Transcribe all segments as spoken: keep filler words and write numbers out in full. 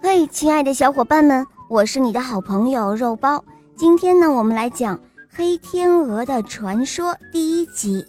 嘿，亲爱的小伙伴们，我是你的好朋友肉包。今天呢，我们来讲黑天鹅的传说第一集。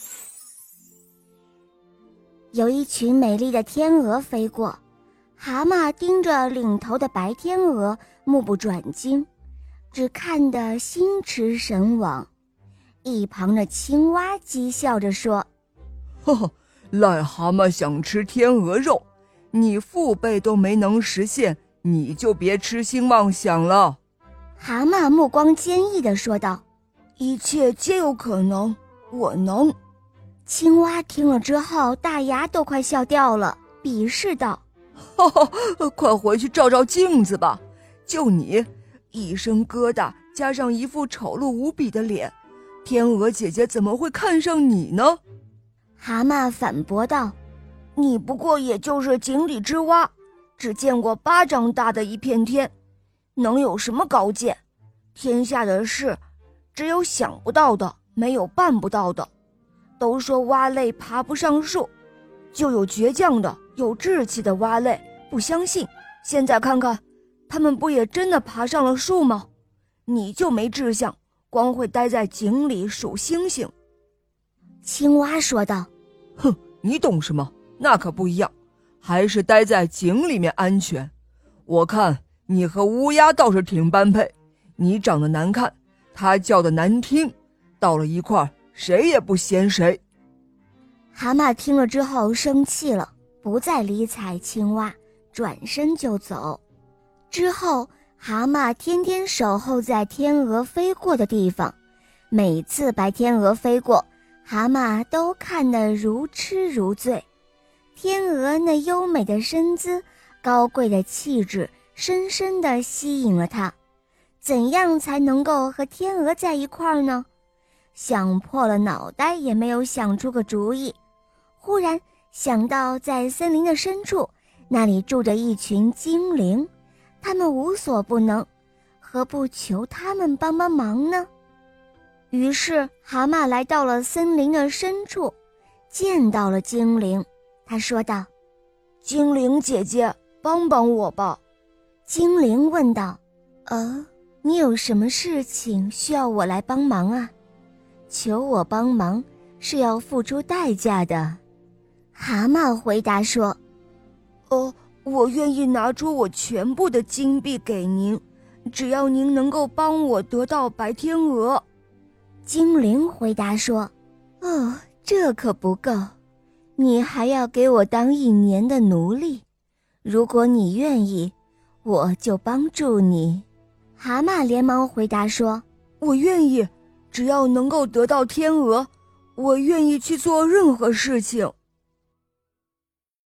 有一群美丽的天鹅飞过，蛤蟆盯着领头的白天鹅，目不转睛，只看得心驰神往。一旁的青蛙讥笑着说： 呵呵，癞蛤蟆想吃天鹅肉，你父辈都没能实现，你就别痴心妄想了。 蛤蟆目光坚毅地说道： 一切皆有可能，我能。 青蛙听了之后，大牙都快笑掉了，鄙视道： 哈哈，快回去照照镜子吧，就你一身疙瘩加上一副丑陋无比的脸，天鹅姐姐怎么会看上你呢？ 蛤蟆反驳道： 你不过也就是井底之蛙，只见过巴掌大的一片天，能有什么高见？天下的事只有想不到的，没有办不到的。都说蛙类爬不上树，就有倔强的有志气的蛙类不相信，现在看看他们不也真的爬上了树吗？你就没志向，光会待在井里数星星。 青蛙说道： 哼，你懂什么？那可不一样，还是待在井里面安全。我看你和乌鸦倒是挺般配，你长得难看，它叫得难听，到了一块儿谁也不嫌谁。 蛤蟆听了之后生气了，不再理睬青蛙，转身就走。之后蛤蟆天天守候在天鹅飞过的地方，每次白天鹅飞过，蛤蟆都看得如痴如醉。天鹅那优美的身姿，高贵的气质，深深地吸引了他。怎样才能够和天鹅在一块儿呢？想破了脑袋也没有想出个主意。忽然想到在森林的深处，那里住着一群精灵，他们无所不能，何不求他们帮帮忙呢？于是蛤蟆来到了森林的深处，见到了精灵。他说道： 精灵姐姐，帮帮我吧。 精灵问道：呃，你有什么事情需要我来帮忙啊？求我帮忙是要付出代价的。蛤蟆回答说： 呃，我愿意拿出我全部的金币给您，只要您能够帮我得到白天鹅。 精灵回答说：哦，这可不够，你还要给我当一年的奴隶。如果你愿意，我就帮助你。蛤蟆连忙回答说： 我愿意，只要能够得到天鹅，我愿意去做任何事情。